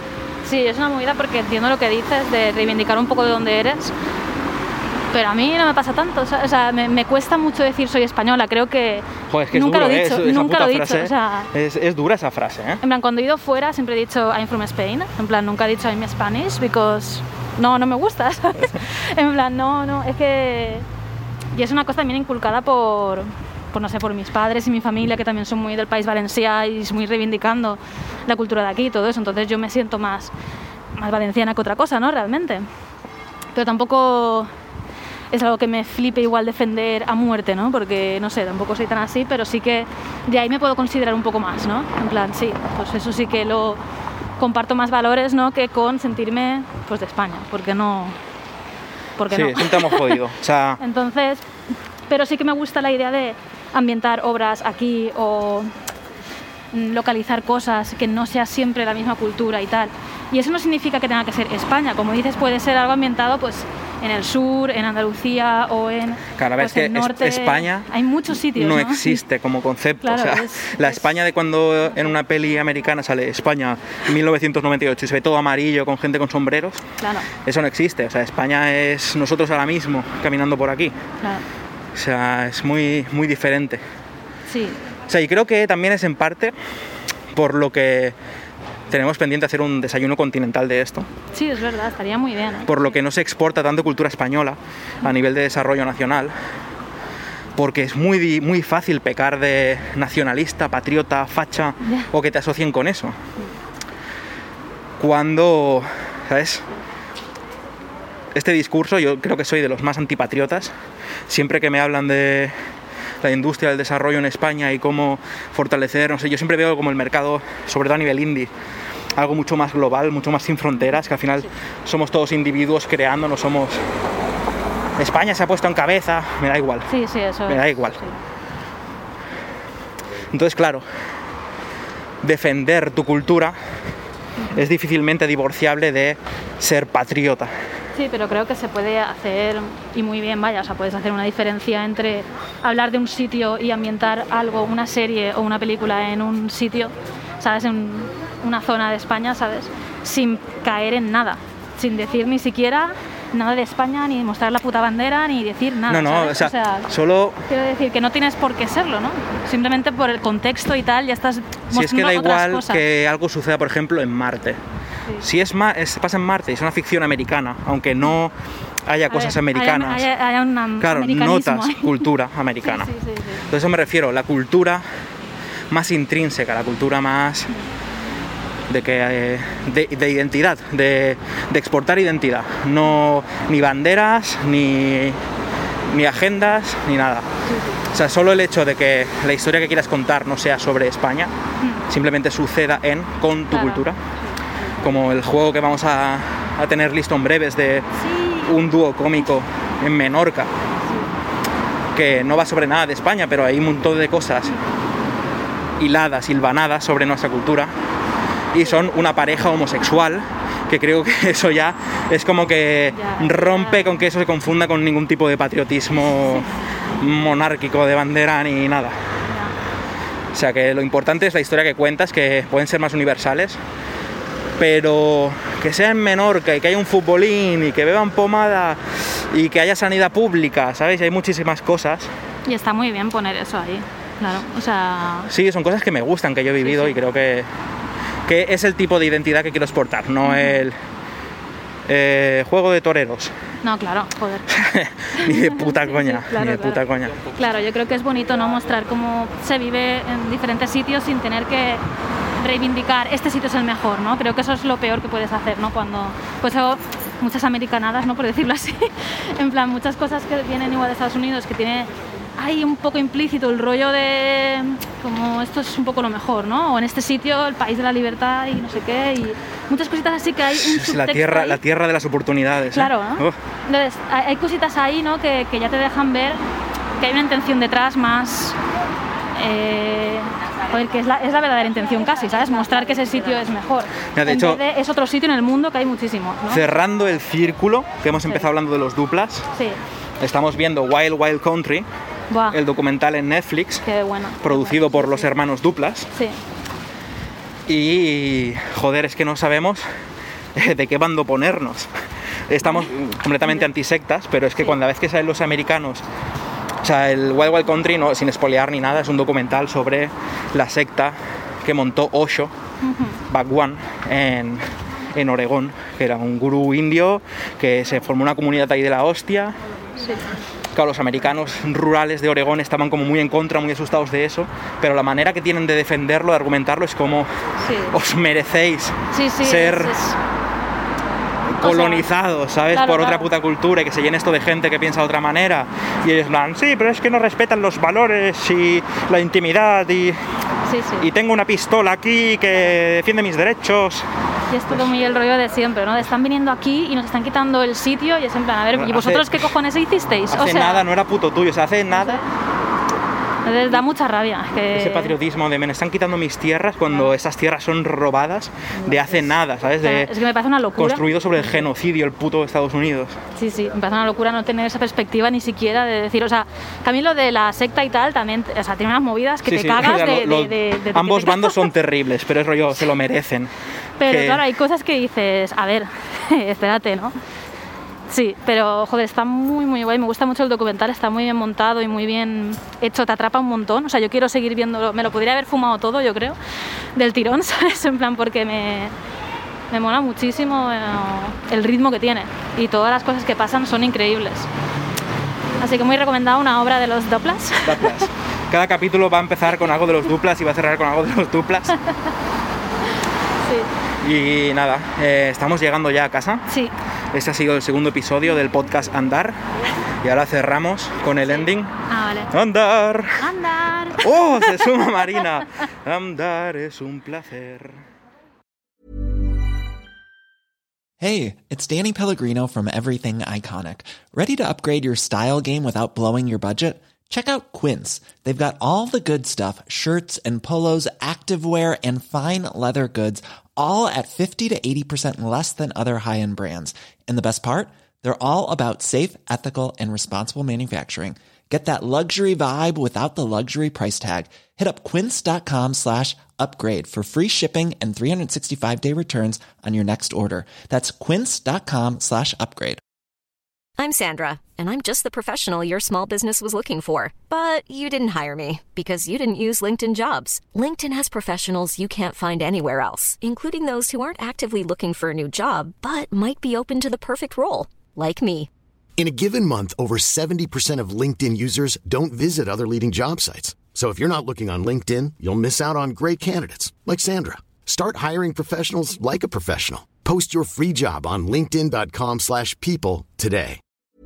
Sí, es una movida porque entiendo lo que dices de reivindicar un poco de dónde eres, pero a mí no me pasa tanto, o sea, me cuesta mucho decir soy española, creo que, Joder, es que nunca es duro, lo he dicho, esa nunca puta lo he dicho, frase, o sea, es dura esa frase, ¿eh? en plan, cuando he ido fuera siempre he dicho I'm from Spain, en plan, nunca he dicho I'm Spanish because no me gusta, ¿sabes? En plan, no, es que... Y es una cosa también inculcada por no sé, por mis padres y mi familia, que también son muy del País Valencià y muy reivindicando la cultura de aquí y todo eso, entonces yo me siento más valenciana que otra cosa, ¿no? Realmente. Pero tampoco es algo que me flipe igual defender a muerte, ¿no? Porque, no sé, tampoco soy tan así, pero sí que de ahí me puedo considerar un poco más, ¿no? En plan, sí, pues eso sí que lo comparto más valores, ¿no? Que con sentirme, pues, de España, porque no... Porque sí, no. es un tema jodido, o sea... Entonces, pero sí que me gusta la idea de ambientar obras aquí o localizar cosas que no sea siempre la misma cultura y tal. Y eso no significa que tenga que ser España, como dices, puede ser algo ambientado pues en el sur, en Andalucía o en Cada vez pues, que el norte. España hay muchos sitios, no ¿no? existe como concepto, Claro, o sea, la España de cuando en una peli americana sale España 1998 y se ve todo amarillo con gente con sombreros, Claro, eso no existe, o sea, España es nosotros ahora mismo caminando por aquí, claro. o sea, es muy, muy diferente. Sí, O sea, y creo que también es en parte por lo que tenemos pendiente hacer un desayuno continental de esto, sí, es verdad, estaría muy bien, ¿eh? por lo que no se exporta tanto cultura española a nivel de desarrollo nacional, porque es muy, muy fácil pecar de nacionalista, patriota, facha, Ya. o que te asocien con eso. Cuando, ¿sabes? Este discurso, yo creo que soy de los más antipatriotas. Siempre que me hablan de la industria del desarrollo en España y cómo fortalecer, no sé, yo siempre veo como el mercado, sobre todo a nivel indie, algo mucho más global, mucho más sin fronteras, que al final somos todos individuos creando, no somos... España se ha puesto en cabeza, me da igual. Sí, eso Me es, da igual. sí. Entonces, claro, defender tu cultura es difícilmente divorciable de ser patriota. Sí, pero creo que se puede hacer, y muy bien, vaya, o sea, puedes hacer una diferencia entre hablar de un sitio y ambientar algo, una serie o una película en un sitio, ¿sabes? En una zona de España, ¿sabes? Sin caer en nada, sin decir ni siquiera nada de España, ni mostrar la puta bandera, ni decir nada, No, ¿sabes? o sea, solo... Quiero decir que no tienes por qué serlo, ¿no? Simplemente por el contexto y tal, ya estás Si es que da mostrando otras igual cosas. que algo suceda, por ejemplo, en Marte. Si pasa en Marte y es una ficción americana, aunque no haya cosas americanas, Haya un claro, americanismo notas ahí. cultura americana. Sí. Entonces, eso me refiero, la cultura más intrínseca, la cultura más de identidad, de exportar identidad, no ni banderas, ni agendas, ni nada. O sea, solo el hecho de que la historia que quieras contar no sea sobre España, simplemente suceda con tu Claro. cultura, como el juego que vamos a tener listo en breves de un dúo cómico en Menorca, que no va sobre nada de España, pero hay un montón de cosas hiladas, hilvanadas sobre nuestra cultura, y son una pareja homosexual, que creo que eso ya es como que rompe con que eso se confunda con ningún tipo de patriotismo monárquico de bandera ni nada. O sea, que lo importante es la historia que cuentas, que pueden ser más universales, pero que sea en Menorca y que haya un futbolín y que beban pomada y que haya sanidad pública, ¿sabes? Hay muchísimas cosas. Y está muy bien poner eso ahí, claro, o sea... Sí, son cosas que me gustan, que yo he vivido, y creo que es el tipo de identidad que quiero exportar, no el juego de toreros. No, claro, joder. Ni de puta coña, claro, ni de puta coña. Claro, yo creo que es bonito, ¿no?, mostrar cómo se vive en diferentes sitios sin tener que reivindicar este sitio es el mejor, ¿no? Creo que eso es lo peor que puedes hacer, ¿no? Cuando pues hago muchas americanadas, ¿no?, por decirlo así, en plan muchas cosas que vienen igual de Estados Unidos, que tiene ahí un poco implícito el rollo de como esto es un poco lo mejor, ¿no? O en este sitio el país de la libertad y no sé qué, y muchas cositas así que hay un Es la subtexto ahí. tierra de las oportunidades. Claro, ¿no? Uf. Entonces, hay cositas ahí, ¿no?, que ya te dejan ver que hay una intención detrás más... joder, que es la verdadera intención casi, ¿sabes? Mostrar que ese sitio es mejor. Ya, de en hecho, vez de, es otro sitio en el mundo que hay muchísimos, ¿no? Cerrando el círculo, que hemos empezado hablando de los duplas, Sí. estamos viendo Wild Wild Country, Buah, el documental en Netflix, qué bueno. producido por los hermanos Duplas. Sí. Y, joder, es que no sabemos de qué bando ponernos. Estamos completamente antisectas, pero es que cuando la vez que salen los americanos, o sea, el Wild Wild Country, no, sin spoilear ni nada, es un documental sobre la secta que montó Osho, Bhagwan, en Oregón, que era un gurú indio que se formó una comunidad ahí de la hostia. Sí. Claro, los americanos rurales de Oregón estaban como muy en contra, muy asustados de eso, pero la manera que tienen de defenderlo, de argumentarlo, es como os merecéis ser colonizados, ¿sabes? Claro, por otra puta cultura y que se llene esto de gente que piensa de otra manera. Y ellos van, sí, pero es que no respetan los valores y la intimidad y tengo una pistola aquí que defiende mis derechos. Y es todo muy el rollo de siempre, ¿no? Están viniendo aquí y nos están quitando el sitio y es en plan, a ver, ¿y vosotros qué cojones hicisteis? Hace nada, no era puto tuyo, o sea, hace nada. Les da mucha rabia. Ese patriotismo de me están quitando mis tierras cuando esas tierras son robadas de hace nada, ¿sabes? Es que me parece una locura. Construido sobre el genocidio, el puto Estados Unidos. Sí, me parece una locura no tener esa perspectiva ni siquiera de decir, o sea, que a mí lo de la secta y tal también, o sea, tiene unas movidas que te cagas de ambos bandos son terribles, pero es rollo, se lo merecen. Pero claro, hay cosas que dices, a ver, espérate, ¿no? Sí, pero joder, está muy muy guay, me gusta mucho el documental, está muy bien montado y muy bien hecho, te atrapa un montón, o sea, yo quiero seguir viéndolo, me lo podría haber fumado todo, yo creo, del tirón, ¿sabes? En plan, porque me mola muchísimo el ritmo que tiene y todas las cosas que pasan son increíbles. Así que muy recomendado una obra de los Duplas. Cada capítulo va a empezar con algo de los Duplas y va a cerrar con algo de los Duplas. Sí. Y nada, estamos llegando ya a casa. Sí. Este ha sido el segundo episodio del podcast Andar. Y ahora cerramos con el ending. Ah, vale. Andar. Andar. ¡Oh! Se suma Marina. Andar es un placer. Hey, it's Danny Pellegrino from Everything Iconic. Ready to upgrade your style game without blowing your budget? Check out Quince. They've got all the good stuff, shirts and polos, activewear, and fine leather goods, all at 50 to 80% less than other high-end brands. And the best part? They're all about safe, ethical, and responsible manufacturing. Get that luxury vibe without the luxury price tag. Hit up quince.com/upgrade for free shipping and 365-day returns on your next order. That's quince.com/upgrade. I'm Sandra, and I'm just the professional your small business was looking for. But you didn't hire me because you didn't use LinkedIn Jobs. LinkedIn has professionals you can't find anywhere else, including those who aren't actively looking for a new job, but might be open to the perfect role, like me. In a given month, over 70% of LinkedIn users don't visit other leading job sites. So if you're not looking on LinkedIn, you'll miss out on great candidates like Sandra. Start hiring professionals like a professional. Post your free job on linkedin.com/people today.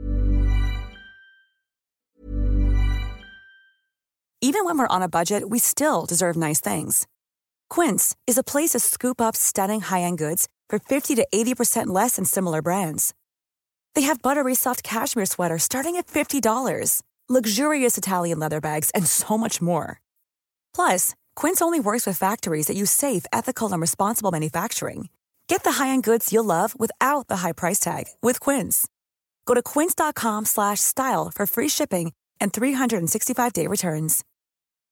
Even when we're on a budget, we still deserve nice things. Quince is a place to scoop up stunning high-end goods for 50 to 80% less than similar brands. They have buttery soft cashmere sweaters starting at $50, luxurious Italian leather bags, and so much more. Plus, Quince only works with factories that use safe, ethical, and responsible manufacturing. Get the high-end goods you'll love without the high price tag with Quince. Go to quince.com/style for free shipping and 365-day returns.